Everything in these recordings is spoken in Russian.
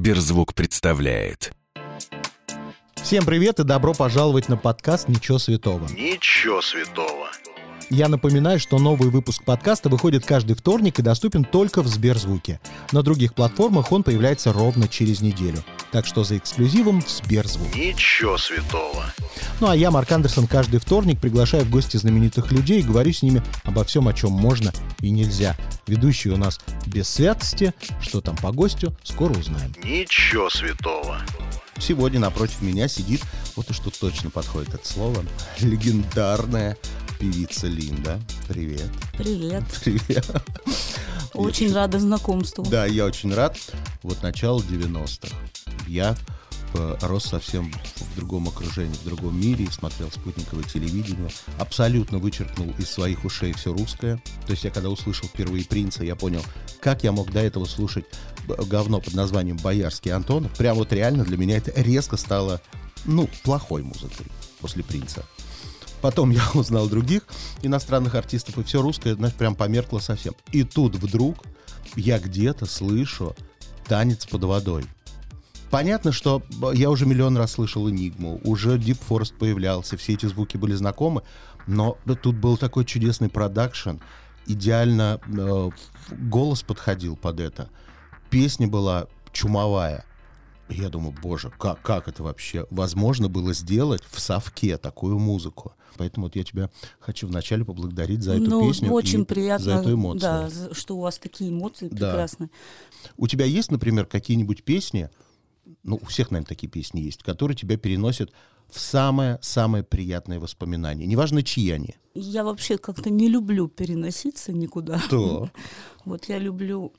Сберзвук представляет. Всем привет и добро пожаловать на подкаст «Ничего святого». Ничего святого. Я напоминаю, что новый выпуск подкаста выходит каждый вторник и доступен только в Сберзвуке. На других платформах он появляется ровно через неделю. Так что за эксклюзивом в Сберзвук. Ничего святого. Ну а я, Марк Андерсон, каждый вторник приглашаю в гости знаменитых людей и говорю с ними обо всем, о чем можно и нельзя. Ведущий у нас без святости. Что там по гостю, скоро узнаем. Ничего святого. Сегодня напротив меня сидит, вот уж тут точно подходит это слово, легендарная певица Линда. Привет. Привет. Привет. Очень рада знакомству. Да, я очень рад. Вот начало 90-х. Я рос совсем в другом окружении, в другом мире, смотрел спутниковое телевидение, абсолютно вычеркнул из своих ушей все русское. То есть я когда услышал впервые «Принца», я понял, как я мог до этого слушать говно под названием «Боярский Антонов». Прям вот реально для меня это резко стало, плохой музыкой после «Принца». Потом я узнал других иностранных артистов, и все русское, прям померкло совсем. И тут вдруг я где-то слышу «Танец под водой». Понятно, что я уже миллион раз слышал «Энигму», уже Deep Forest появлялся, все эти звуки были знакомы, но тут был такой чудесный продакшн, идеально голос подходил под это, песня была чумовая. Я думаю, боже, как это вообще возможно было сделать в совке такую музыку? Поэтому вот я тебя хочу вначале поблагодарить за эту песню очень и приятно, за эту эмоцию. Да, что у вас такие эмоции прекрасные. У тебя есть, например, какие-нибудь песни, у всех, наверное, такие песни есть, которые тебя переносят в самое-самое приятное воспоминание, неважно, чьи они? Я вообще как-то не люблю переноситься никуда. Что? Вот я люблю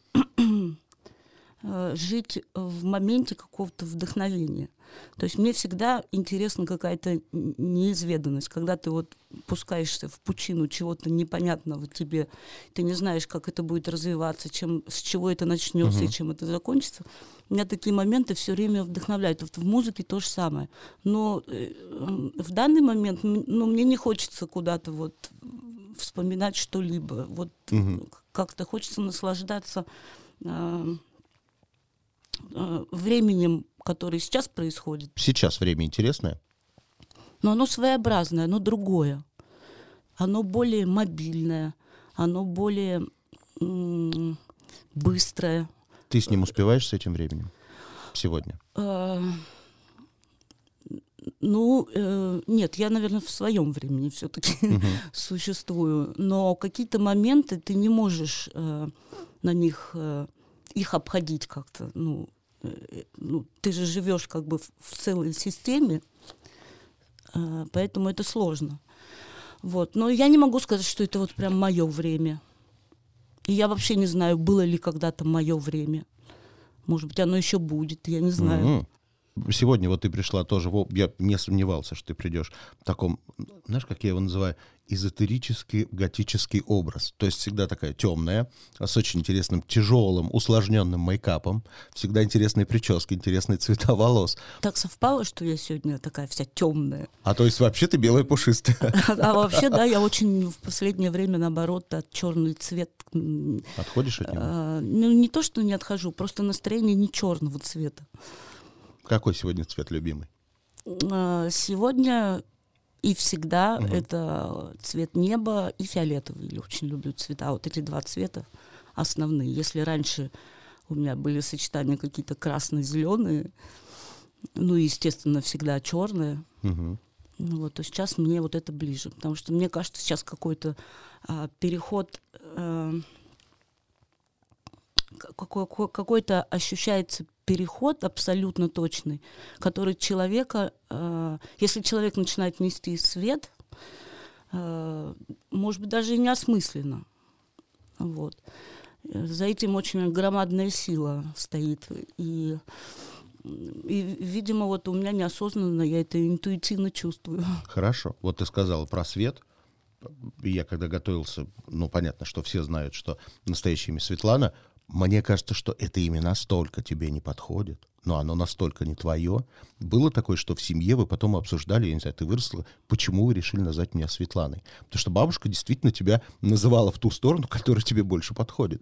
жить в моменте какого-то вдохновения. То есть мне всегда интересна какая-то неизведанность, когда ты вот пускаешься в пучину чего-то непонятного тебе, ты не знаешь, как это будет развиваться, с чего это начнется и чем это закончится. Меня такие моменты все время вдохновляют. Вот в музыке то же самое. Но в данный момент мне не хочется куда-то вот вспоминать что-либо. Вот как-то хочется наслаждаться временем, которое сейчас происходит. Сейчас время интересное? Но оно своеобразное, оно другое. Оно более мобильное, оно более быстрое. Ты с ним успеваешь, с этим временем? Сегодня? Нет, я, наверное, в своем времени все-таки существую. Но какие-то моменты ты не можешь на них их обходить как-то. Ты же живешь как бы в целой системе, поэтому это сложно. Вот. Но я не могу сказать, что это вот прям мое время. И я вообще не знаю, было ли когда-то мое время. Может быть, оно еще будет, я не знаю. Сегодня вот ты пришла тоже, я не сомневался, что ты придешь в таком, знаешь, как я его называю, эзотерический готический образ. То есть всегда такая темная, с очень интересным, тяжелым, усложненным мейкапом, всегда интересные прически, интересные цвета волос. Так совпало, что я сегодня такая вся темная. А то есть вообще ты белая пушистая. А вообще, да, я очень в последнее время, наоборот, от черный цвет. Отходишь от него? Не то, что не отхожу, просто настроение не черного цвета. Какой сегодня цвет любимый? Сегодня и всегда это цвет неба и фиолетовый. Я очень люблю цвета. Вот эти два цвета основные. Если раньше у меня были сочетания какие-то красно-зеленые, естественно, всегда черные, то сейчас мне вот это ближе. Потому что мне кажется, сейчас какой-то переход, какой-то ощущается переход абсолютно точный, который человека, если человек начинает нести свет, может быть, даже и неосмысленно. Вот. За этим очень громадная сила стоит. И видимо, вот у меня неосознанно я это интуитивно чувствую. Хорошо. Вот ты сказала про свет. И я когда готовился, понятно, что все знают, что настоящее имя Светлана. Мне кажется, что это имя настолько тебе не подходит, но оно настолько не твое. Было такое, что в семье вы потом обсуждали, я не знаю, ты выросла, почему вы решили назвать меня Светланой? Потому что бабушка действительно тебя называла в ту сторону, которая тебе больше подходит.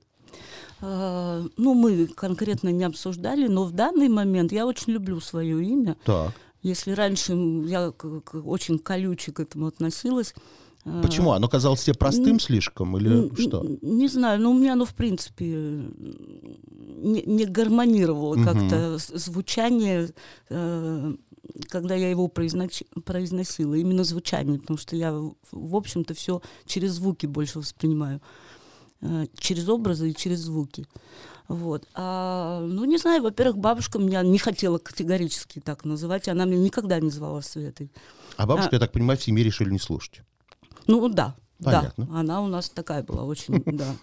Мы конкретно не обсуждали, но в данный момент я очень люблю свое имя. Так. Если раньше я очень колюче к этому относилась. Почему? Оно казалось тебе простым слишком или что? Не знаю, но у меня оно, в принципе, не гармонировало как-то звучание, когда я его произносила. Именно звучание, потому что я, в общем-то, все через звуки больше воспринимаю. Через образы и через звуки. Вот. Не знаю, во-первых, бабушка меня не хотела категорически так называть, она меня никогда не звала Светой. А бабушку, я так понимаю, в семье решили не слушать. Да. Понятно. Да. Она у нас такая была очень,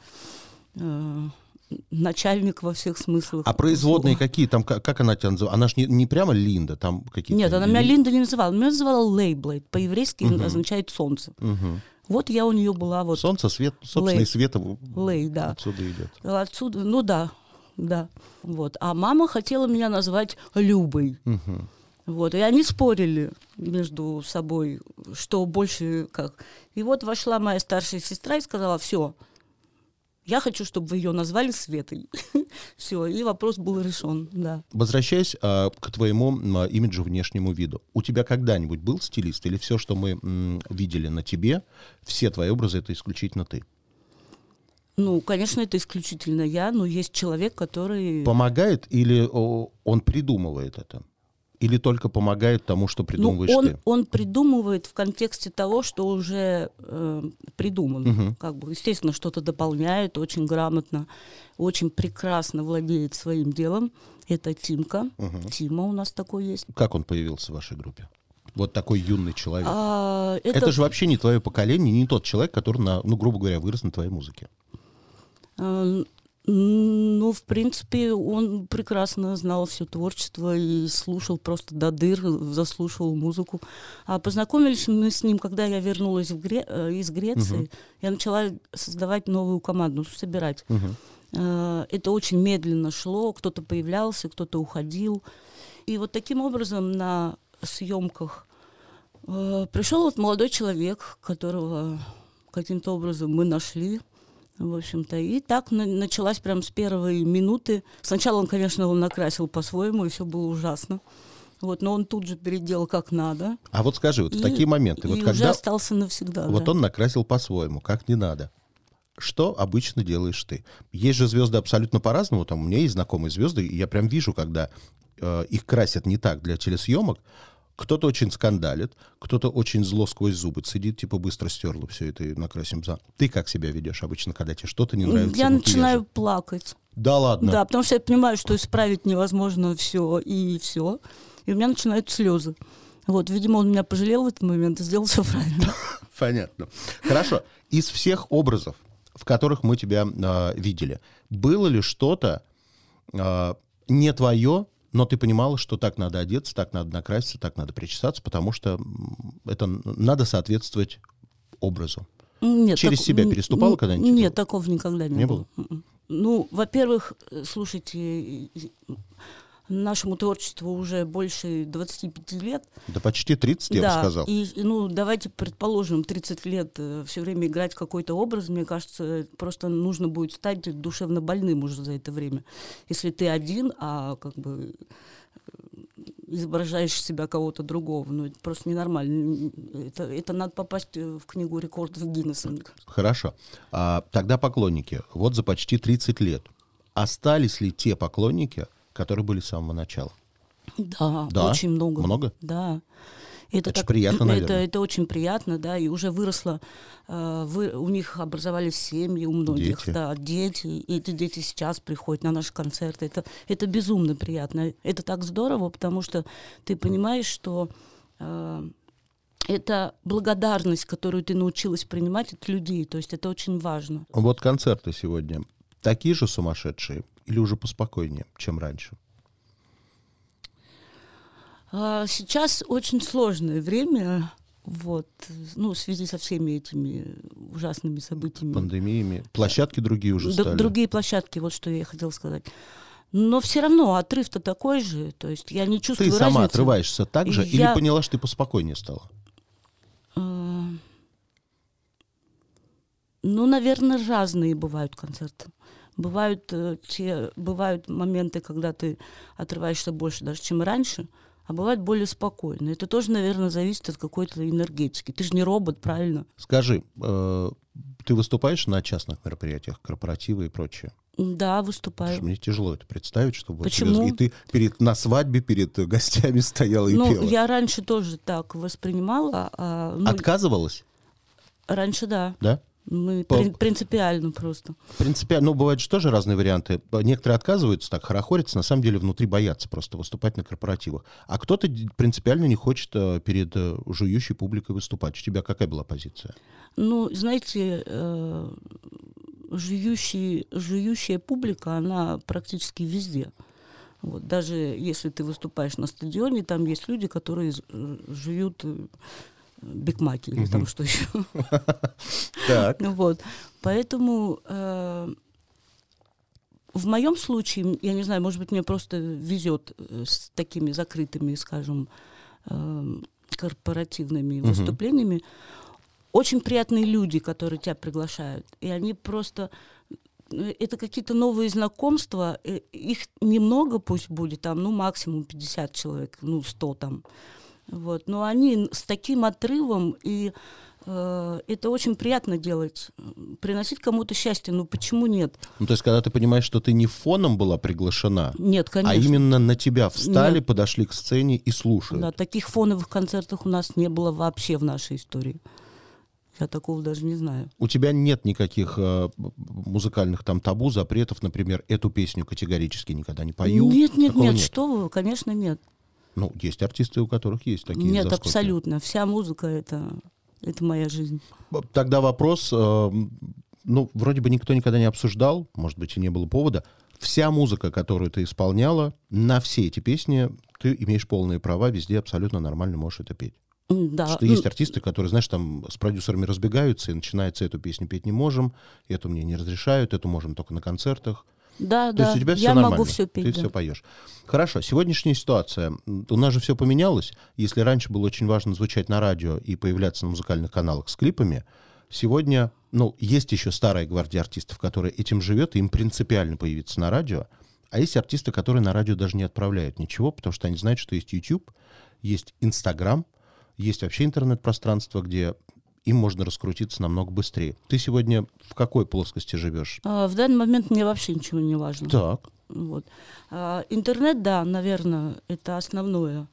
начальник во всех смыслах. А производные какие? Там, как она тебя называла? Она же не прямо Линда, там какие-то... Нет, она меня Линда не называла. Меня называла Лейблейд. По-еврейски означает солнце. Вот я у нее была вот... Солнце, свет, собственно, и свет отсюда идет. Отсюда, да. Вот. А мама хотела меня назвать Любой. Вот. И они спорили между собой, что больше как. И вот вошла моя старшая сестра и сказала: все, я хочу, чтобы вы ее назвали Светой. Все, и вопрос был решен, да. Возвращаясь к твоему имиджу, внешнему виду. У тебя когда-нибудь был стилист? Или все, что мы видели на тебе, все твои образы, это исключительно ты? Конечно, это исключительно я, но есть человек, который... Помогает или он придумывает это? Или только помогает тому, что придумываешь ты? Он придумывает в контексте того, что уже придумано. Естественно, что-то дополняет очень грамотно, очень прекрасно владеет своим делом. Это Тимка. Тима у нас такой есть. Как он появился в вашей группе? Вот такой юный человек. Это же вообще не твое поколение, не тот человек, который, грубо говоря, вырос на твоей музыке. В принципе, он прекрасно знал все творчество и слушал просто до дыр, заслушивал музыку. А познакомились мы с ним, когда я вернулась из Греции. Я начала создавать новую команду, собирать. Это очень медленно шло, кто-то появлялся, кто-то уходил. И вот таким образом на съемках пришел вот молодой человек, которого каким-то образом мы нашли. В общем-то, и так началась прям с первой минуты. Сначала он, конечно, его накрасил по-своему, и все было ужасно. Вот, но он тут же переделал как надо. А вот скажи, вот в такие моменты... И уже остался навсегда. Вот он накрасил по-своему, как не надо. Что обычно делаешь ты? Есть же звезды абсолютно по-разному. Там у меня есть знакомые звезды, и я прям вижу, когда их красят не так для телесъемок. Кто-то очень скандалит, кто-то очень зло сквозь зубы цедит, типа быстро стерла все это и накрасим за. Ты как себя ведешь обычно, когда тебе что-то не нравится? Я начинаю плакать. Да ладно? Да, потому что я понимаю, что исправить невозможно все. И у меня начинают слезы. Вот, видимо, он меня пожалел в этот момент и сделал все правильно. Понятно. Хорошо. Из всех образов, в которых мы тебя видели, было ли что-то не твое, но ты понимала, что так надо одеться, так надо накраситься, так надо причесаться, потому что это надо соответствовать образу. Нет, Через себя переступала когда-нибудь? Нет, такого никогда не было. Во-первых, слушайте, нашему творчеству уже больше 25 лет. Да почти 30, я бы сказал. И давайте предположим, 30 лет все время играть какой-то образ, мне кажется, просто нужно будет стать душевно больным уже за это время. Если ты один, изображаешь себя кого-то другого, это просто ненормально. Это надо попасть в книгу рекордов Гиннесса. Хорошо. Тогда поклонники. Вот за почти 30 лет. Остались ли те поклонники, которые были с самого начала? Да, очень много. Много? Да. Это же приятно, наверное. Это очень приятно, да, и уже выросло, у них образовались семьи, у многих, дети, и эти дети сейчас приходят на наши концерты. Это безумно приятно. Это так здорово, потому что ты понимаешь, что это благодарность, которую ты научилась принимать от людей, то есть это очень важно. Вот концерты сегодня такие же сумасшедшие или уже поспокойнее, чем раньше? Сейчас очень сложное время. Вот, ну, в связи со всеми этими ужасными событиями. Пандемиями. Площадки другие уже стали. Другие площадки, вот что я хотела сказать. Но все равно отрыв-то такой же, то есть я не чувствую Ты разницы. сама отрываешься так же или поняла, что ты поспокойнее стала? Ну, наверное, разные бывают концерты. Бывают моменты, когда ты отрываешься больше даже, чем раньше, а бывает более спокойно. Это тоже, наверное, зависит от какой-то энергетики. Ты же не робот, правильно? Скажи, ты выступаешь на частных мероприятиях, корпоративы и прочее? Да, выступаю. Мне тяжело это представить, чтобы Почему? И ты на свадьбе перед гостями стояла и пела. Я раньше тоже так воспринимала. Отказывалась? Раньше, да. Да? Принципиально просто. Принципиально. Ну, бывают же тоже разные варианты. Некоторые отказываются, так хорохорятся, на самом деле внутри боятся просто выступать на корпоративах. А кто-то принципиально не хочет перед жующей публикой выступать. У тебя какая была позиция? Ну, знаете, жующая публика, она практически везде. Вот. Даже если ты выступаешь на стадионе, там есть люди, которые жуют бигмаки или там что еще. Так. Вот. Поэтому в моем случае, я не знаю, может быть, мне просто везет с такими закрытыми, скажем, корпоративными выступлениями. Очень приятные люди, которые тебя приглашают. И они просто... Это какие-то новые знакомства. Их немного пусть будет, там, ну, максимум 50 человек, ну, 100 там. Вот. Но они с таким отрывом, и это очень приятно делать. Приносить кому-то счастье, ну почему нет? Ну, то есть, когда ты понимаешь, что ты не фоном была приглашена, нет, конечно. А именно на тебя встали, нет. Подошли к сцене и слушают. Да, таких фоновых концертов у нас не было вообще в нашей истории. Я такого даже не знаю. У тебя нет никаких музыкальных там табу, запретов, например, эту песню категорически никогда не пою? Нет, что вы, конечно, нет. Ну, есть артисты, у которых есть такие Нет, заскоки. абсолютно. Вся музыка — это моя жизнь. Тогда вопрос, ну, вроде бы никто никогда не обсуждал, может быть, и не было повода. Вся музыка, которую ты исполняла, на все эти песни ты имеешь полные права, везде абсолютно нормально можешь это петь. Да. Что есть артисты, которые, знаешь, там с продюсерами разбегаются, и начинается: эту песню петь не можем, эту мне не разрешают, эту можем только на концертах. Да, то есть у тебя все я нормально, могу все петь. Ты все поешь. Хорошо, сегодняшняя ситуация. У нас же все поменялось. Если раньше было очень важно звучать на радио и появляться на музыкальных каналах с клипами, сегодня, ну, есть еще старая гвардия артистов, которая этим живет, и им принципиально появиться на радио. А есть артисты, которые на радио даже не отправляют ничего, потому что они знают, что есть YouTube, есть Instagram, есть вообще интернет-пространство, где им можно раскрутиться намного быстрее. Ты сегодня в какой плоскости живешь? В данный момент мне вообще ничего не важно. Так. Вот. Интернет, да, наверное, это основное.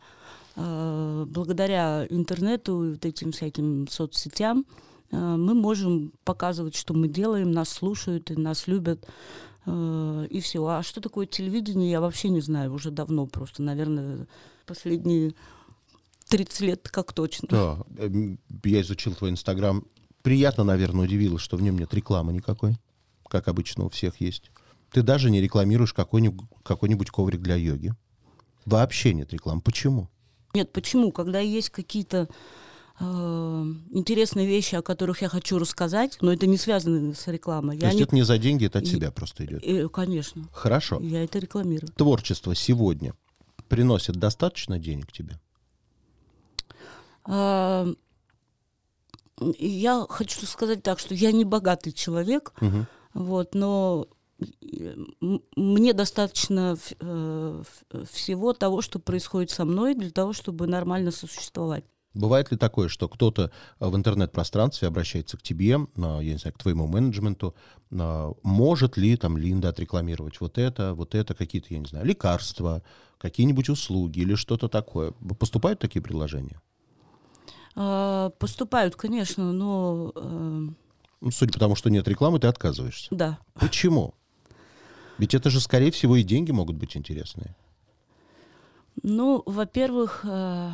Благодаря интернету и вот этим всяким соцсетям мы можем показывать, что мы делаем, нас слушают и нас любят, и все. А что такое телевидение, я вообще не знаю уже давно, просто, наверное, последние 30 лет как точно. Да, я изучил твой Инстаграм. Приятно, наверное, удивилось, что в нем нет рекламы никакой, как обычно у всех есть. Ты даже не рекламируешь какой-нибудь коврик для йоги. Вообще нет рекламы. Почему? Нет, почему? Когда есть какие-то интересные вещи, о которых я хочу рассказать, но это не связано с рекламой. То есть это не за деньги, это от себя просто идет? Конечно. Хорошо. Я это рекламирую. Творчество сегодня приносит достаточно денег тебе? Я хочу сказать так, что я не богатый человек, вот, но мне достаточно всего того, что происходит со мной, для того, чтобы нормально сосуществовать. Бывает ли такое, что кто-то в интернет-пространстве обращается к тебе, я не знаю, к твоему менеджменту, может ли там Линда отрекламировать вот это, какие-то, я не знаю, лекарства, какие-нибудь услуги или что-то такое? Поступают такие предложения? Поступают, конечно, но... Судя по тому, что нет рекламы, ты отказываешься. Да. Почему? Ведь это же, скорее всего, и деньги могут быть интересные. Ну, во-первых,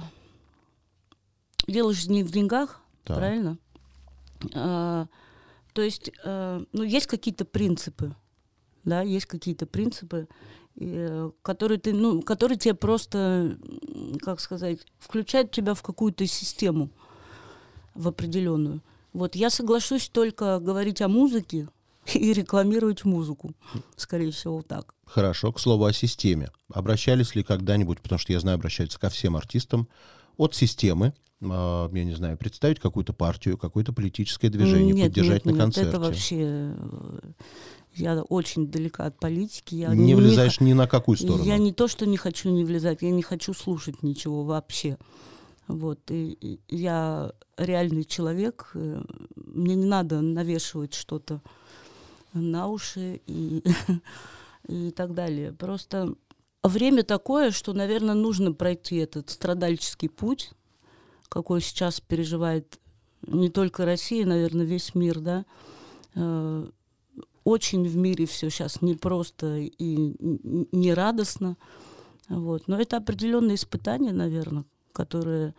дело же не в деньгах, так. Правильно? То есть, есть какие-то принципы, да, есть какие-то принципы, которые тебе просто, как сказать, включают тебя в какую-то систему. в определенную. Вот я соглашусь только говорить о музыке и рекламировать музыку. Скорее всего, так. Хорошо. К слову о системе. Обращались ли когда-нибудь, потому что я знаю, обращаются ко всем артистам, от системы, я не знаю, представить какую-то партию, какое-то политическое движение, поддержать на концерте? Это вообще... Я очень далека от политики. Я не влезаешь ни на какую сторону? Я не то, что не хочу не влезать, я не хочу слушать ничего вообще. Вот. И я реальный человек. Мне не надо навешивать что-то на уши и так далее. Просто время такое, что, наверное, нужно пройти этот страдальческий путь, какой сейчас переживает не только Россия, наверное, весь мир, да. Очень в мире все сейчас непросто и не радостно. Вот. Но это определенные испытания, наверное, которые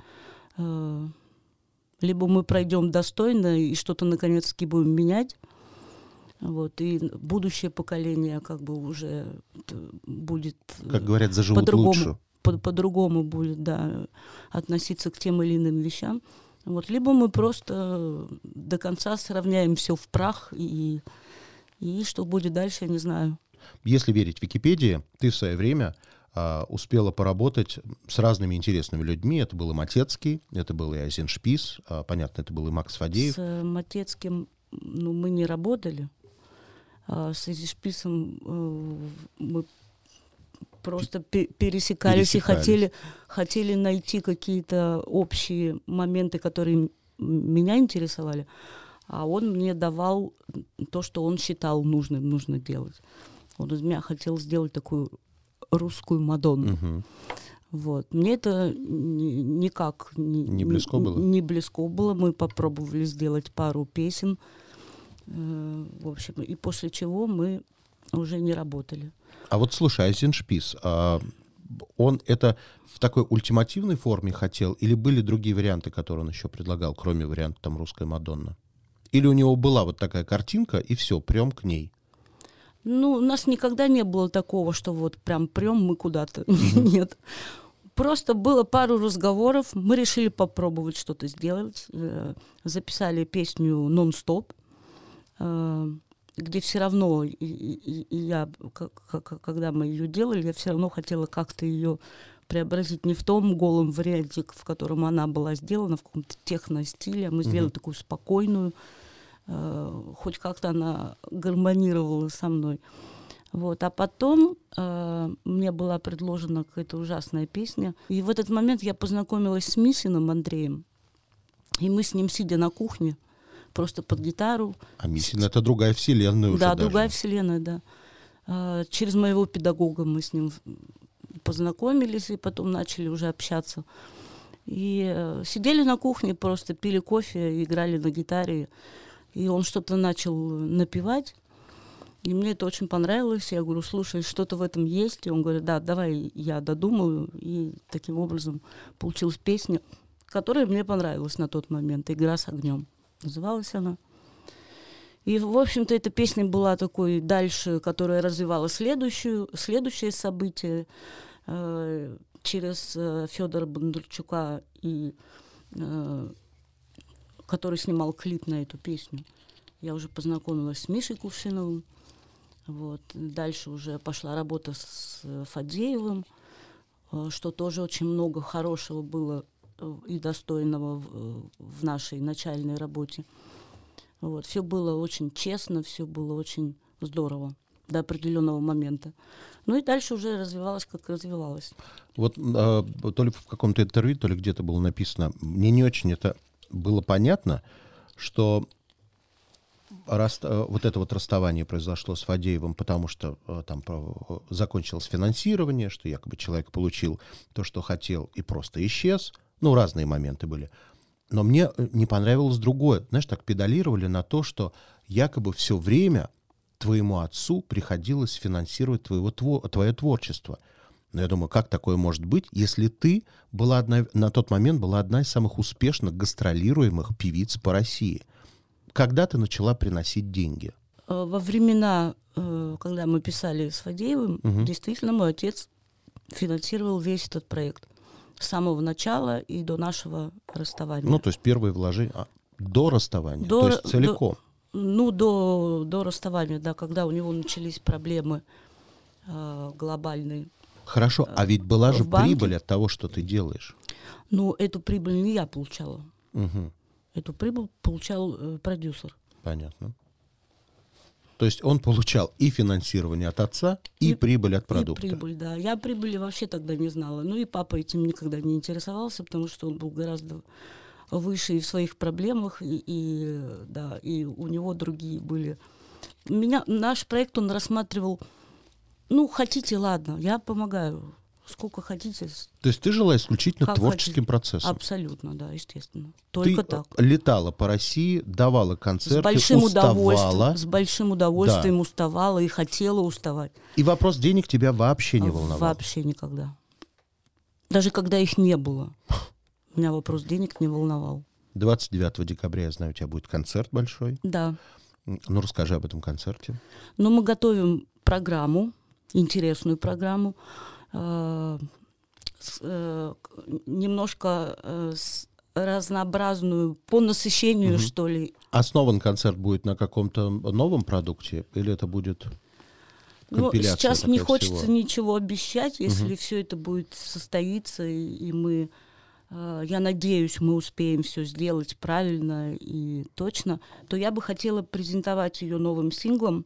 либо мы пройдем достойно и что-то наконец-таки будем менять, вот, и будущее поколение как бы уже будет, как говорят, заживут по-другому, лучше. По-другому будет, да, относиться к тем или иным вещам. Вот, либо мы просто до конца сравняем все в прах, и что будет дальше, я не знаю. Если верить Википедии, ты в свое время успела поработать с разными интересными людьми. Это был и Матецкий, это был и Айзеншпис, понятно, это был и Макс Фадеев. С Матецким мы не работали. С Айзеншписом мы просто пересекались и хотели найти какие-то общие моменты, которые меня интересовали. А он мне давал то, что он считал нужно делать. Он из меня хотел сделать такую русскую Мадонну. Угу. Вот. Мне это никак не близко было? Не близко было. Мы попробовали сделать пару песен. В общем, и после чего мы уже не работали. А вот слушай, Айзеншпис, он это в такой ультимативной форме хотел, или были другие варианты, которые он еще предлагал, кроме варианта там «Русская Мадонна»? Или у него была вот такая картинка, и все, прям к ней? Ну, у нас никогда не было такого, что вот прям прям мы куда-то. Нет. Просто было пару разговоров, мы решили попробовать что-то сделать. Записали песню «Нон-стоп», где все равно, я, когда мы ее делали, я все равно хотела как-то ее преобразить не в том голом варианте, в котором она была сделана, в каком-то техно-стиле. Мы сделали такую спокойную, хоть как-то она гармонировала со мной. Вот. А потом мне была предложена какая-то ужасная песня. И в этот момент я познакомилась с Мисиным Андреем. И мы с ним, сидя на кухне, просто под гитару. А Мисин — это другая вселенная уже. Да, даже. другая вселенная, да. Через моего педагога мы с ним познакомились и потом начали уже общаться. И сидели на кухне, просто пили кофе, играли на гитаре. И он что-то начал напевать. И мне это очень понравилось. Я говорю, слушай, что-то в этом есть. И он говорит, да, давай я додумаю. И таким образом получилась песня, которая мне понравилась на тот момент. «Игра с огнем» называлась она. И, в общем-то, эта песня была такой дальше, которая развивала следующее событие. Через Федора Бондарчука, который снимал клип на эту песню. Я уже познакомилась с Мишей Кувшиновым. Вот. Дальше уже пошла работа с Фадеевым, что тоже очень много хорошего было и достойного в нашей начальной работе. Вот. Все было очень честно, все было очень здорово до определенного момента. Ну и дальше уже развивалось, как развивалось. Вот то ли в каком-то интервью, то ли где-то было написано, мне не очень это было понятно, что вот это вот расставание произошло с Фадеевым, потому что там закончилось финансирование, что якобы человек получил то, что хотел, и просто исчез. Ну, разные моменты были. Но мне не понравилось другое. Знаешь, так педалировали на то, что якобы все время твоему отцу приходилось финансировать твое творчество. Но я думаю, как такое может быть, если ты на тот момент была одна из самых успешных гастролируемых певиц по России? Когда ты начала приносить деньги? Во времена, когда мы писали с Фадеевым, действительно мой отец финансировал весь этот проект. С самого начала и до нашего расставания. Ну, то есть первые вложения. До расставания? То есть целиком? До расставания, да, когда у него начались проблемы глобальные. Хорошо, а ведь была же в банке. прибыль от того, что ты делаешь. Ну, эту прибыль не я получала. Угу. Эту прибыль получал продюсер. Понятно. То есть он получал и финансирование от отца, и прибыль от продукта. И прибыль, да. Я прибыли вообще тогда не знала. Ну и папа этим никогда не интересовался, потому что он был гораздо выше и в своих проблемах, и у него другие были. Наш проект он рассматривал, хотите, ладно, я помогаю. Сколько хотите. То есть ты жила исключительно творческим процессом? Абсолютно, да, естественно. Только ты так. Летала по России, давала концерты, С большим удовольствием уставала и хотела уставать. И вопрос денег тебя вообще не волновал? Вообще никогда. Даже когда их не было. Меня вопрос денег не волновал. 29 декабря, я знаю, у тебя будет концерт большой. Да. Ну, расскажи об этом концерте. Мы готовим программу, интересную программу, немножко разнообразную по насыщению, что ли. Основан концерт будет на каком-то новом продукте, или это будет компиляция? Сейчас не хочется всего? Ничего обещать, если все это будет состоиться, и мы, я надеюсь, мы успеем все сделать правильно и точно, то я бы хотела презентовать ее новым синглом.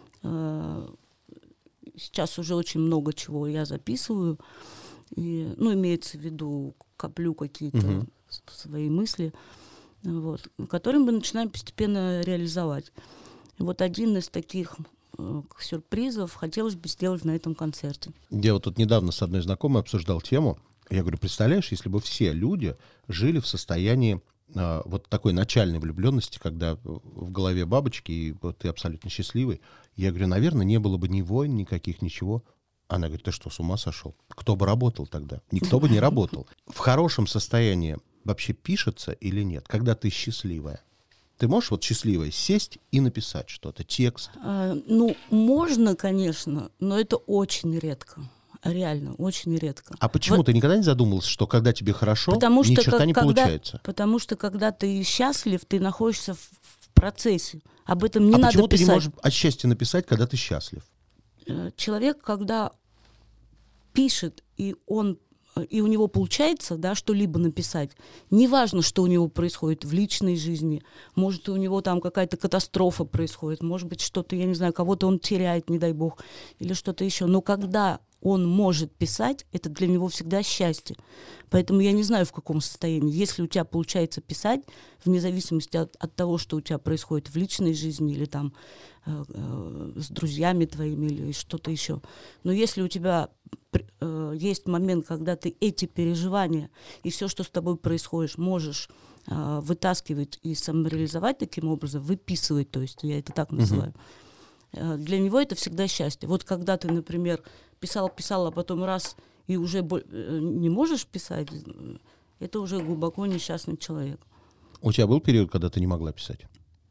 Сейчас уже очень много чего я записываю. И, имеется в виду, коплю какие-то свои мысли, которые мы начинаем постепенно реализовать. И вот один из таких сюрпризов хотелось бы сделать на этом концерте. Я вот тут недавно с одной знакомой обсуждал тему. Я говорю, представляешь, если бы все люди жили в состоянии вот такой начальной влюбленности, когда в голове бабочки, и вот ты абсолютно счастливый. Я говорю, наверное, не было бы ни войн, никаких, ничего. Она говорит, ты что, с ума сошел? Кто бы работал тогда? Никто бы не работал. В хорошем состоянии вообще пишется или нет? Когда ты счастливая? Ты можешь вот счастливая сесть и написать что-то, текст? Можно, конечно, но это очень редко. Реально, очень редко. А почему ты никогда не задумывался, что когда тебе хорошо, ни черта не получается? Потому что когда ты счастлив, ты находишься в процессе. Об этом не надо почему писать. Ты не можешь от счастья написать, когда ты счастлив? Человек, когда пишет, и у него получается, да, что-либо написать, неважно, что у него происходит в личной жизни, может, у него там какая-то катастрофа происходит, может быть, что-то, я не знаю, кого-то он теряет, не дай бог, или что-то еще. Но когда он может писать, это для него всегда счастье. Поэтому я не знаю, в каком состоянии. Если у тебя получается писать, вне зависимости от того, что у тебя происходит в личной жизни или там с друзьями твоими или что-то еще. Но если у тебя есть момент, когда ты эти переживания и все, что с тобой происходит, можешь вытаскивать и самореализовать таким образом, выписывать, то есть я это так называю, для него это всегда счастье. Вот когда ты, например, писал, а потом раз и уже не можешь писать, это уже глубоко несчастный человек. У тебя был период, когда ты не могла писать?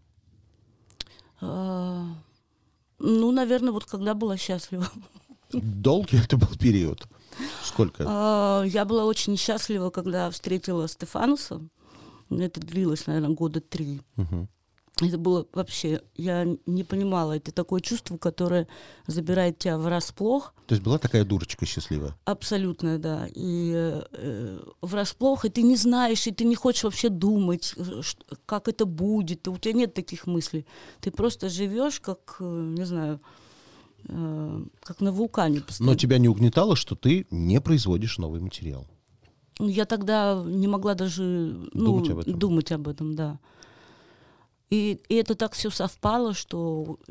Наверное, вот когда была счастлива. Долгий это был период? Сколько? Я была очень счастлива, когда встретила Стефануса. Это длилось, наверное, 3 года. Это было вообще, я не понимала, это такое чувство, которое забирает тебя врасплох. То есть была такая дурочка счастливая? Абсолютно, да. И врасплох, и ты не знаешь, и ты не хочешь вообще думать, как это будет. У тебя нет таких мыслей. Ты просто живешь, как, не знаю, как на вулкане постоянно. Но тебя не угнетало, что ты не производишь новый материал? Я тогда не могла даже думать об этом, да. И это так все совпало, что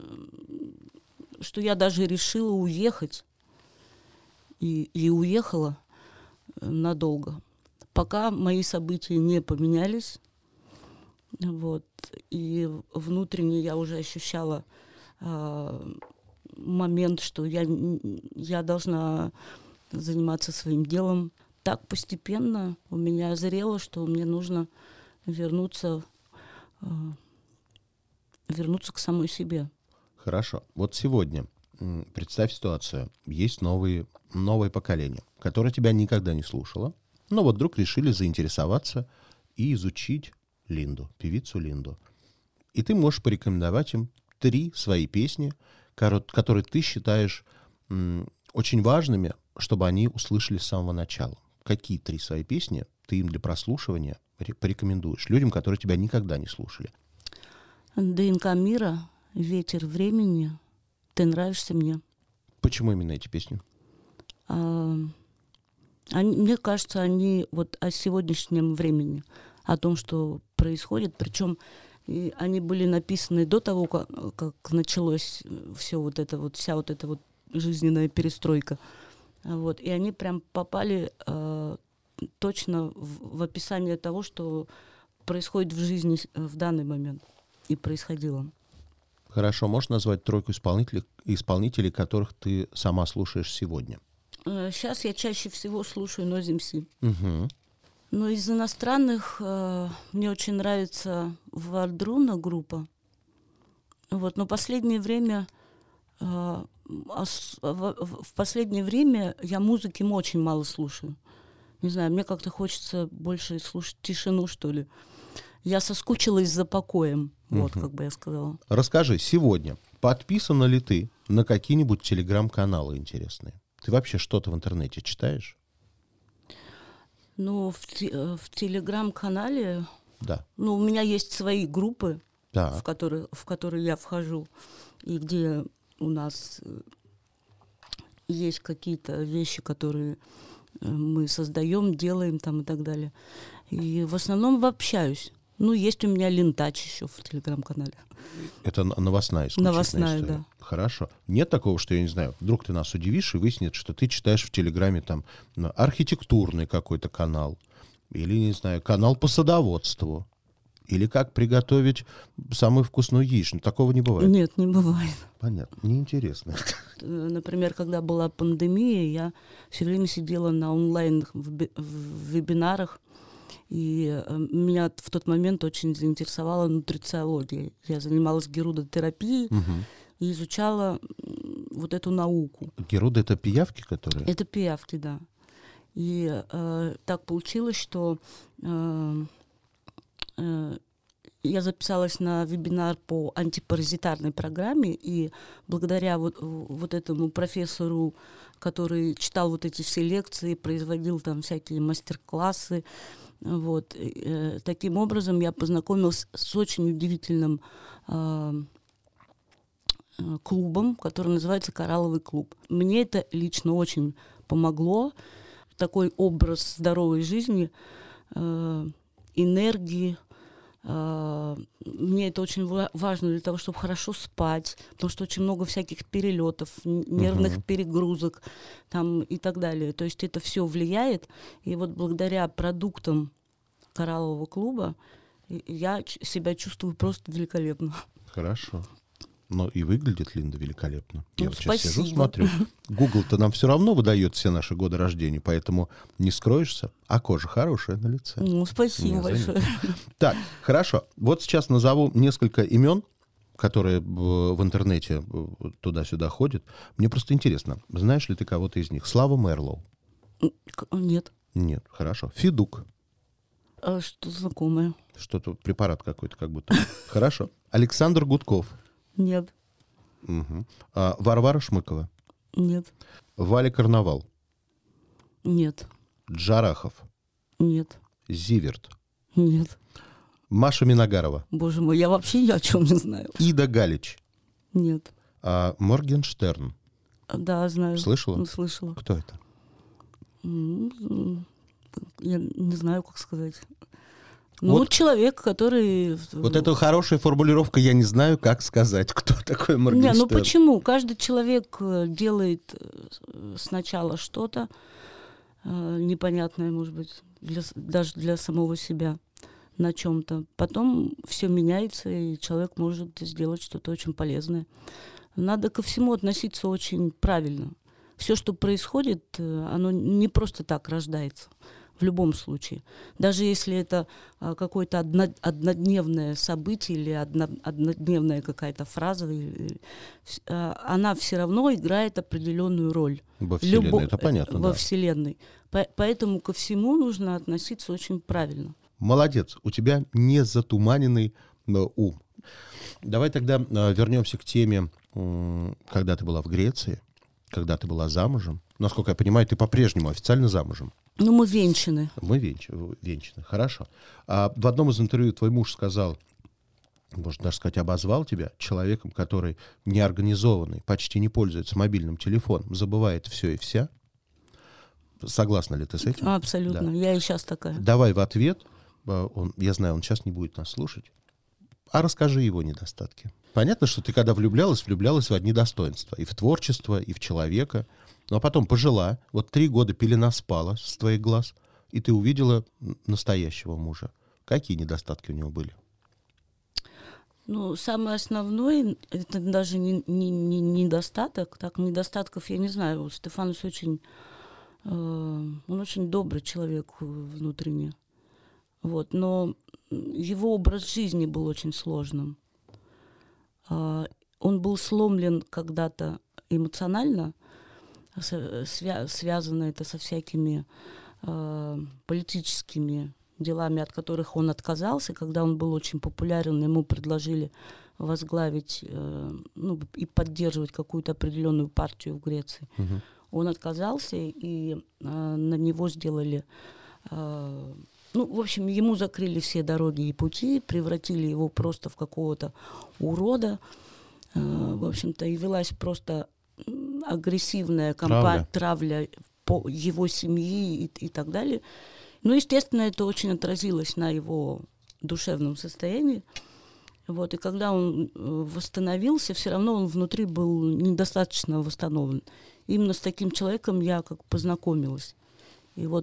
я даже решила уехать. И уехала надолго. Пока мои события не поменялись. Вот. И внутренне я уже ощущала момент, что я должна заниматься своим делом. Так постепенно у меня озрело, что мне нужно вернуться к самой себе. Хорошо. Вот сегодня представь ситуацию. Есть новое поколение, которое тебя никогда не слушало, но вот вдруг решили заинтересоваться и изучить Линду, певицу Линду. И ты можешь порекомендовать им 3 свои песни, которые ты считаешь очень важными, чтобы они услышали с самого начала. Какие 3 свои песни ты им для прослушивания порекомендуешь людям, которые тебя никогда не слушали? ДНК мира, ветер времени, ты нравишься мне. Почему именно эти песни? Мне кажется, они вот о сегодняшнем времени, о том, что происходит. Причем они были написаны до того, как началось все вот это вот, вся вот эта вот жизненная перестройка. Вот. И они прям попали точно в описание того, что происходит в жизни в данный момент и происходило. Хорошо, можешь назвать 3 исполнителей, которых ты сама слушаешь сегодня? Сейчас я чаще всего слушаю Noise MC. Угу. Но из иностранных мне очень нравится Вальдруна группа. Вот, но в последнее время я музыки очень мало слушаю. Не знаю, мне как-то хочется больше слушать тишину, что ли. Я соскучилась за покоем, вот, как бы я сказала. Расскажи, сегодня подписана ли ты на какие-нибудь телеграм-каналы интересные? Ты вообще что-то в интернете читаешь? Ну, в телеграм-канале... Да. Ну, у меня есть свои группы, да. в которые я вхожу, и где у нас есть какие-то вещи, которые мы создаем, делаем там и так далее. И в основном общаюсь. Ну, есть у меня Лентач еще в телеграм-канале. Это новостная исключительная новостная, история. Да. Хорошо. Нет такого, что, я не знаю, вдруг ты нас удивишь и выяснит, что ты читаешь в Телеграме там архитектурный какой-то канал, или, не знаю, канал по садоводству, или как приготовить самую вкусную яичню. Такого не бывает? Нет, не бывает. Понятно. Неинтересно. Например, когда была пандемия, я все время сидела на онлайн-вебинарах, и меня в тот момент очень заинтересовала нутрициология. Я занималась герудотерапией и изучала вот эту науку. Геруды — это пиявки, которые? Это пиявки, да. И так получилось, что я записалась на вебинар по антипаразитарной программе, и благодаря вот этому профессору, который читал вот эти все лекции, производил там всякие мастер-классы, вот, таким образом я познакомилась с очень удивительным клубом, который называется «Коралловый клуб». Мне это лично очень помогло. Такой образ здоровой жизни, энергии. Мне это очень важно для того, чтобы хорошо спать, потому что очень много всяких перелетов, нервных перегрузок там, и так далее. То есть это все влияет. И вот благодаря продуктам «Кораллового клуба» я себя чувствую просто великолепно. Хорошо. Но и выглядит Линда великолепно. Ну, я вот сейчас сижу, смотрю. Google-то нам все равно выдает все наши годы рождения, поэтому не скроешься. А кожа хорошая на лице. Ну, спасибо большое. Так, хорошо. Вот сейчас назову несколько имен, которые в интернете туда-сюда ходят. Мне просто интересно, знаешь ли ты кого-то из них? Слава Мерлоу? Нет. Нет, хорошо. Федук? Что знакомое? Что-то, препарат какой-то как будто. Хорошо. Александр Гудков? Нет. Угу. Варвара Шмыкова? Нет. Валя Карнавал? Нет. Джарахов? Нет. Зиверт? Нет. Маша Миногарова? Боже мой, я вообще ни о чем не знаю. Ида Галич? Нет. Моргенштерн? Да, знаю. Слышала? Слышала. Кто это? Я не знаю, как сказать. Ну, вот человек, который... Вот это хорошая формулировка, я не знаю, как сказать, кто такой Моргенштерн. Не, ну почему? Каждый человек делает сначала что-то непонятное, может быть, даже для самого себя на чем-то. Потом все меняется, и человек может сделать что-то очень полезное. Надо ко всему относиться очень правильно. Все, что происходит, оно не просто так рождается. В любом случае. Даже если это какое-то однодневное событие или однодневная какая-то фраза, она все равно играет определенную роль. Во Вселенной, это понятно, во да. Вселенной. Поэтому ко всему нужно относиться очень правильно. Молодец, у тебя не затуманенный ум. Давай тогда вернемся к теме, когда ты была в Греции, когда ты была замужем. Насколько я понимаю, ты по-прежнему официально замужем. Ну, мы венчаны. Мы венчаны, хорошо. В одном из интервью твой муж сказал, можно даже сказать, обозвал тебя человеком, который неорганизованный, почти не пользуется мобильным телефоном, забывает все и вся. Согласна ли ты с этим? Абсолютно. Да. Я и сейчас такая. Давай в ответ, я знаю, он сейчас не будет нас слушать, а расскажи его недостатки. Понятно, что ты когда влюблялась в одни достоинства. И в творчество, и в человека. Но потом пожила, вот 3 года пелена спала с твоих глаз, и ты увидела настоящего мужа. Какие недостатки у него были? Ну, самое основное, это даже не недостаток. Так, недостатков я не знаю. Вот Стефанос очень, он очень добрый человек внутренне. Вот, но его образ жизни был очень сложным. Он был сломлен когда-то эмоционально, связано это со всякими политическими делами, от которых он отказался. Когда он был очень популярен, ему предложили возглавить и поддерживать какую-то определенную партию в Греции. Угу. Он отказался, и на него сделали... в общем, ему закрыли все дороги и пути, превратили его просто в какого-то урода. В общем-то, и велась просто агрессивная травля по его семьи и так далее. Ну, естественно, это очень отразилось на его душевном состоянии. Вот, и когда он восстановился, все равно он внутри был недостаточно восстановлен. Именно с таким человеком я как познакомилась. И вот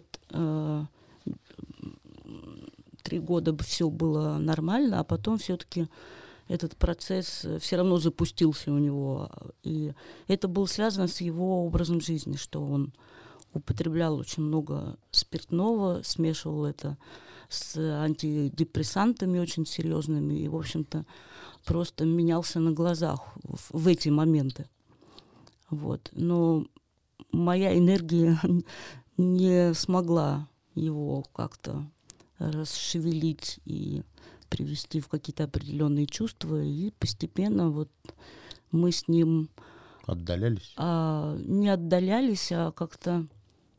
3 года все было нормально, а потом все-таки этот процесс все равно запустился у него. И это было связано с его образом жизни, что он употреблял очень много спиртного, смешивал это с антидепрессантами очень серьезными и, в общем-то, просто менялся на глазах в эти моменты. Вот. Но моя энергия не смогла его как-то расшевелить и привести в какие-то определенные чувства, и постепенно вот мы с ним... Отдалялись? Не отдалялись, а как-то...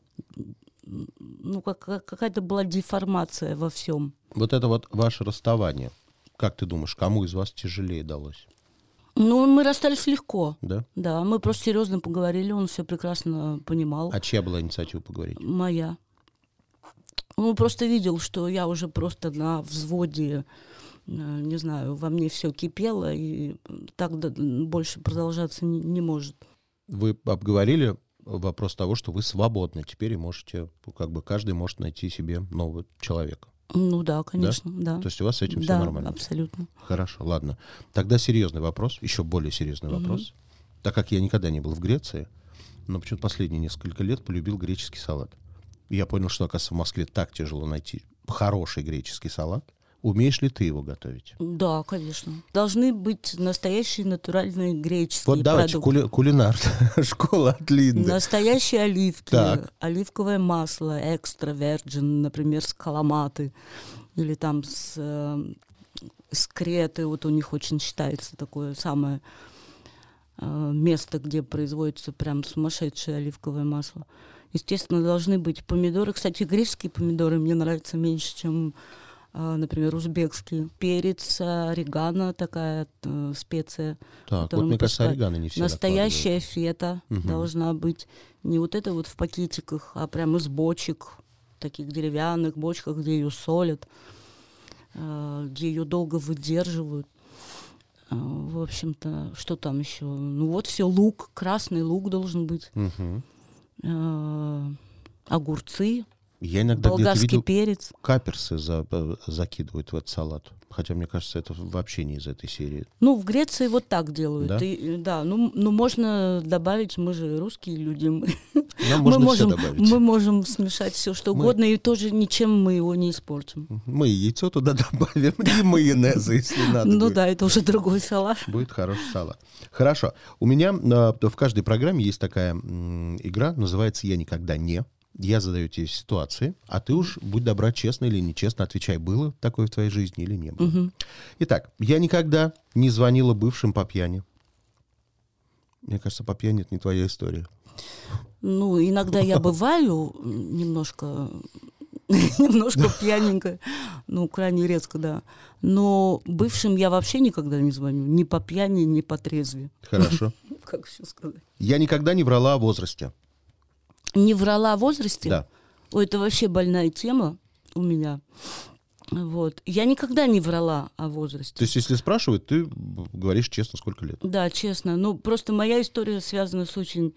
какая-то была деформация во всем. Вот это вот ваше расставание, как ты думаешь, кому из вас тяжелее далось? Мы расстались легко. Да? Да, мы просто серьезно поговорили, он все прекрасно понимал. А чья была инициатива поговорить? Моя. Он просто видел, что я уже просто на взводе, не знаю, во мне все кипело, и так больше продолжаться не может. Вы обговорили вопрос того, что вы свободны теперь и можете, каждый может найти себе нового человека? Ну да, конечно, да. То есть у вас с этим все нормально? Да, абсолютно. Хорошо, ладно. Тогда серьезный вопрос, еще более серьезный вопрос. Так как я никогда не был в Греции, но почему-то последние несколько лет полюбил греческий салат. Я понял, что, оказывается, в Москве так тяжело найти хороший греческий салат. Умеешь ли ты его готовить? Да, конечно. Должны быть настоящие натуральные греческие продукты. Вот давайте кулинар. Школа от Линды. Настоящие оливки, оливковое масло, экстра virgin, например, с Каламаты. Или там с Креты. Вот у них очень считается такое самое место, где производится прям сумасшедшее оливковое масло. Естественно, должны быть помидоры. Кстати, греческие помидоры мне нравятся меньше, чем, например, узбекские. Перец, орегано, такая специя. Так, вот мне кажется, орегано не все настоящая фета должна быть. Не вот это вот в пакетиках, а прям из бочек, таких деревянных бочках, где ее солят, где ее долго выдерживают. В общем-то, что там еще? Ну вот все, лук, красный лук должен быть. Огурцы, я иногда болгарский видел, перец. Каперсы закидывают в этот салат. Хотя, мне кажется, это вообще не из этой серии. Ну, в Греции вот так делают. Да? Да, можно добавить, мы же русские люди. Мы можем смешать все, что угодно, и тоже ничем мы его не испортим. Мы яйцо туда добавим, и майонеза, если надо. Ну да, это уже другой салат. Будет хороший салат. Хорошо. У меня в каждой программе есть такая игра, называется «Я никогда не». Я задаю тебе ситуации, а ты уж, будь добра, честно или нечестно отвечай, было такое в твоей жизни или не было. Мгм. Итак, я никогда не звонила бывшим по пьяни. Мне кажется, по пьяни это не твоя история. Ну, иногда я бываю немножко пьяненькая, ну, крайне редко, да. Но бывшим я вообще никогда не звоню, ни по пьяни, ни по трезве. Хорошо. Как еще сказать? Я никогда не врала о возрасте. Не врала о возрасте? Да. Ой, это вообще больная тема у меня. Вот. Я никогда не врала о возрасте. То есть, если спрашивают, ты говоришь честно, сколько лет. Да, честно. Ну, просто моя история связана с очень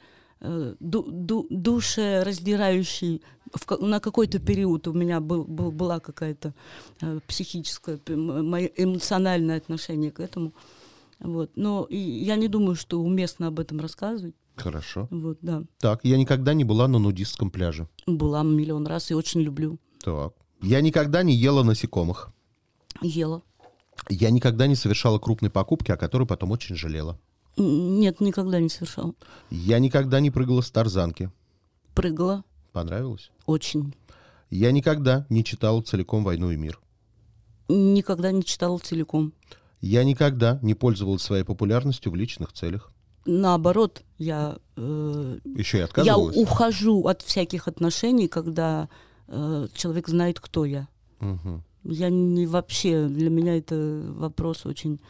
душераздирающей. На какой-то период у меня была какая-то психическое, мое эмоциональное отношение к этому. Вот. Но я не думаю, что уместно об этом рассказывать. Хорошо. Вот, да. Так, я никогда не была на нудистском пляже. Была миллион раз и очень люблю. Так. Я никогда не ела насекомых. Ела. Я никогда не совершала крупной покупки, о которой потом очень жалела. Нет, никогда не совершал. Я никогда не прыгала с тарзанки. Прыгала. Понравилось? Очень. Я никогда не читала целиком «Войну и мир». Никогда не читала целиком. Я никогда не пользовалась своей популярностью в личных целях. Наоборот, я Еще и отказывалась? ухожу от всяких отношений, когда человек знает, кто я. Угу. Я не вообще, для меня это вопрос очень...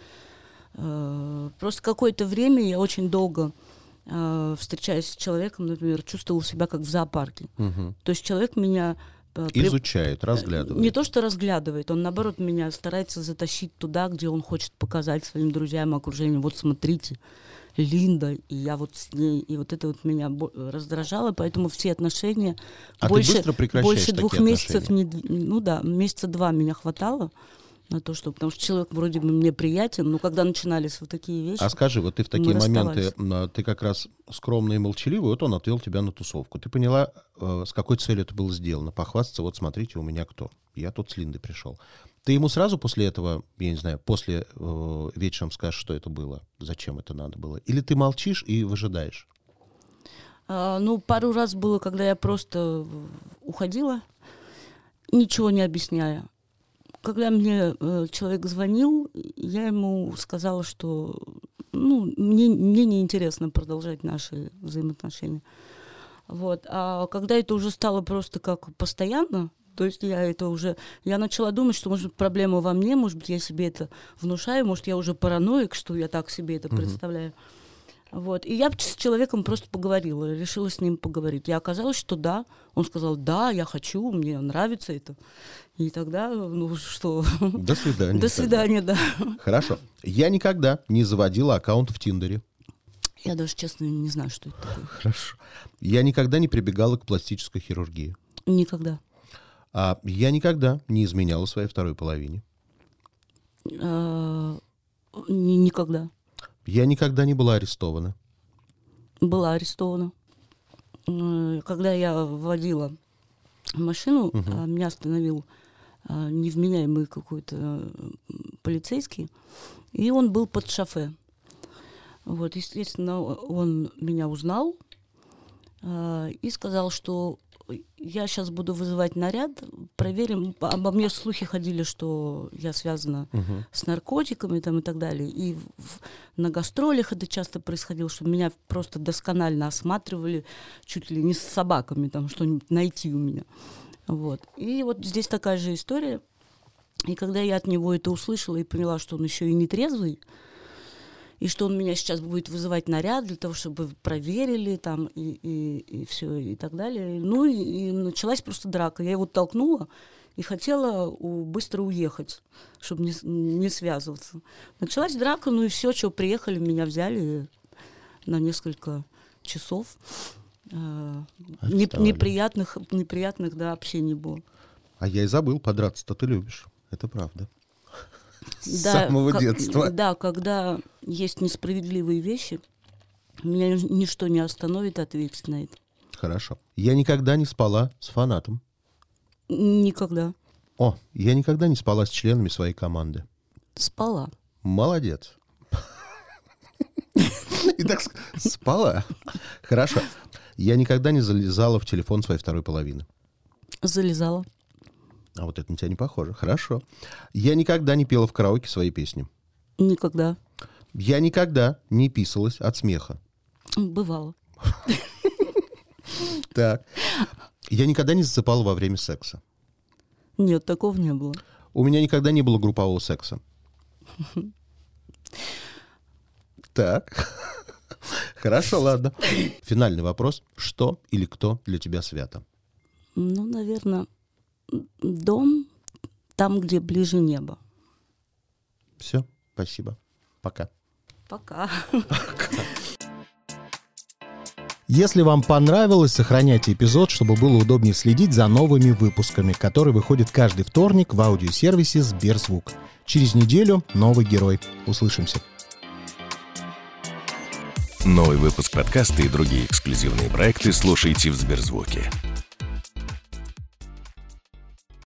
просто какое-то время я очень долго, встречаясь с человеком, например, чувствовала себя как в зоопарке. Угу. То есть человек меня... Изучает, разглядывает. Не то, что разглядывает, он, наоборот, меня старается затащить туда, где он хочет показать своим друзьям, окружению. Вот смотрите, Линда, и я вот с ней, и вот это вот меня раздражало, поэтому все отношения А ты быстро прекращаешь больше 2 такие месяцев, отношения? ну да, месяца 2 меня хватало на то, что, потому что человек вроде бы мне приятен, но когда начинались вот такие вещи... А скажи, вот ты в такие мы моменты, ты как раз скромный и молчаливый, вот он отвел тебя на тусовку. Ты поняла, с какой целью это было сделано? Похвастаться, вот смотрите, у меня кто? Я тут с Линдой пришел. Ты ему сразу после этого, я не знаю, после вечером скажешь, что это было, зачем это надо было? Или ты молчишь и выжидаешь? Ну, пару раз было, когда я просто уходила, ничего не объясняя. Когда мне человек звонил, я ему сказала, что мне неинтересно продолжать наши взаимоотношения. Вот. А когда это уже стало просто как постоянно, то есть я начала думать, что, может быть, проблема во мне, может быть, я себе это внушаю, может, я уже параноик, что я так себе это представляю. Вот. И я с человеком просто поговорила, решила с ним поговорить. И оказалось, что да. Он сказал, да, я хочу, мне нравится это. И тогда, что... До свидания. До свидания, да. Хорошо. Я никогда не заводила аккаунт в Тиндере. Я даже, честно, не знаю, что это такое. Хорошо. Я никогда не прибегала к пластической хирургии. Никогда. Я никогда не изменяла своей второй половине. Никогда. Я никогда не была арестована. Была арестована. Когда я водила машину, меня остановил невменяемый какой-то полицейский, и он был под шофе. Вот, естественно, он меня узнал и сказал, что я сейчас буду вызывать наряд, проверим. Обо мне слухи ходили, что я связана с наркотиками там, и так далее. И на гастролях это часто происходило, что меня просто досконально осматривали, чуть ли не с собаками, там что-нибудь найти у меня. Вот. И вот здесь такая же история. И когда я от него это услышала и поняла, что он еще и не трезвый, и что он меня сейчас будет вызывать наряд для того, чтобы проверили там и все, и так далее. Ну и началась просто драка. Я его толкнула и хотела быстро уехать, чтобы не связываться. Началась драка, ну и все, что приехали, меня взяли на несколько часов. Неприятных, да, общений было. А я и забыл, подраться-то ты любишь. Это правда. С Да, самого детства. Да, когда есть несправедливые вещи, меня ничто не остановит ответить на это. Хорошо. Я никогда не спала с фанатом. Никогда. Я никогда не спала с членами своей команды. Спала. Молодец. И так спала. Хорошо. Я никогда не залезала в телефон своей второй половины. Залезала. А вот это на тебя не похоже. Хорошо. Я никогда не пела в караоке свои песни. Никогда. Я никогда не писалась от смеха. Бывало. Так. Я никогда не засыпала во время секса. Нет, такого не было. У меня никогда не было группового секса. Так. Хорошо, ладно. Финальный вопрос. Что или кто для тебя свято? Ну, наверное, дом там, где ближе небо. Все, спасибо. Пока. Пока. Если вам понравилось, сохраняйте эпизод, чтобы было удобнее следить за новыми выпусками, которые выходят каждый вторник в аудиосервисе Сберзвук. Через неделю новый герой. Услышимся. Новый выпуск подкаста и другие эксклюзивные проекты слушайте в Сберзвуке.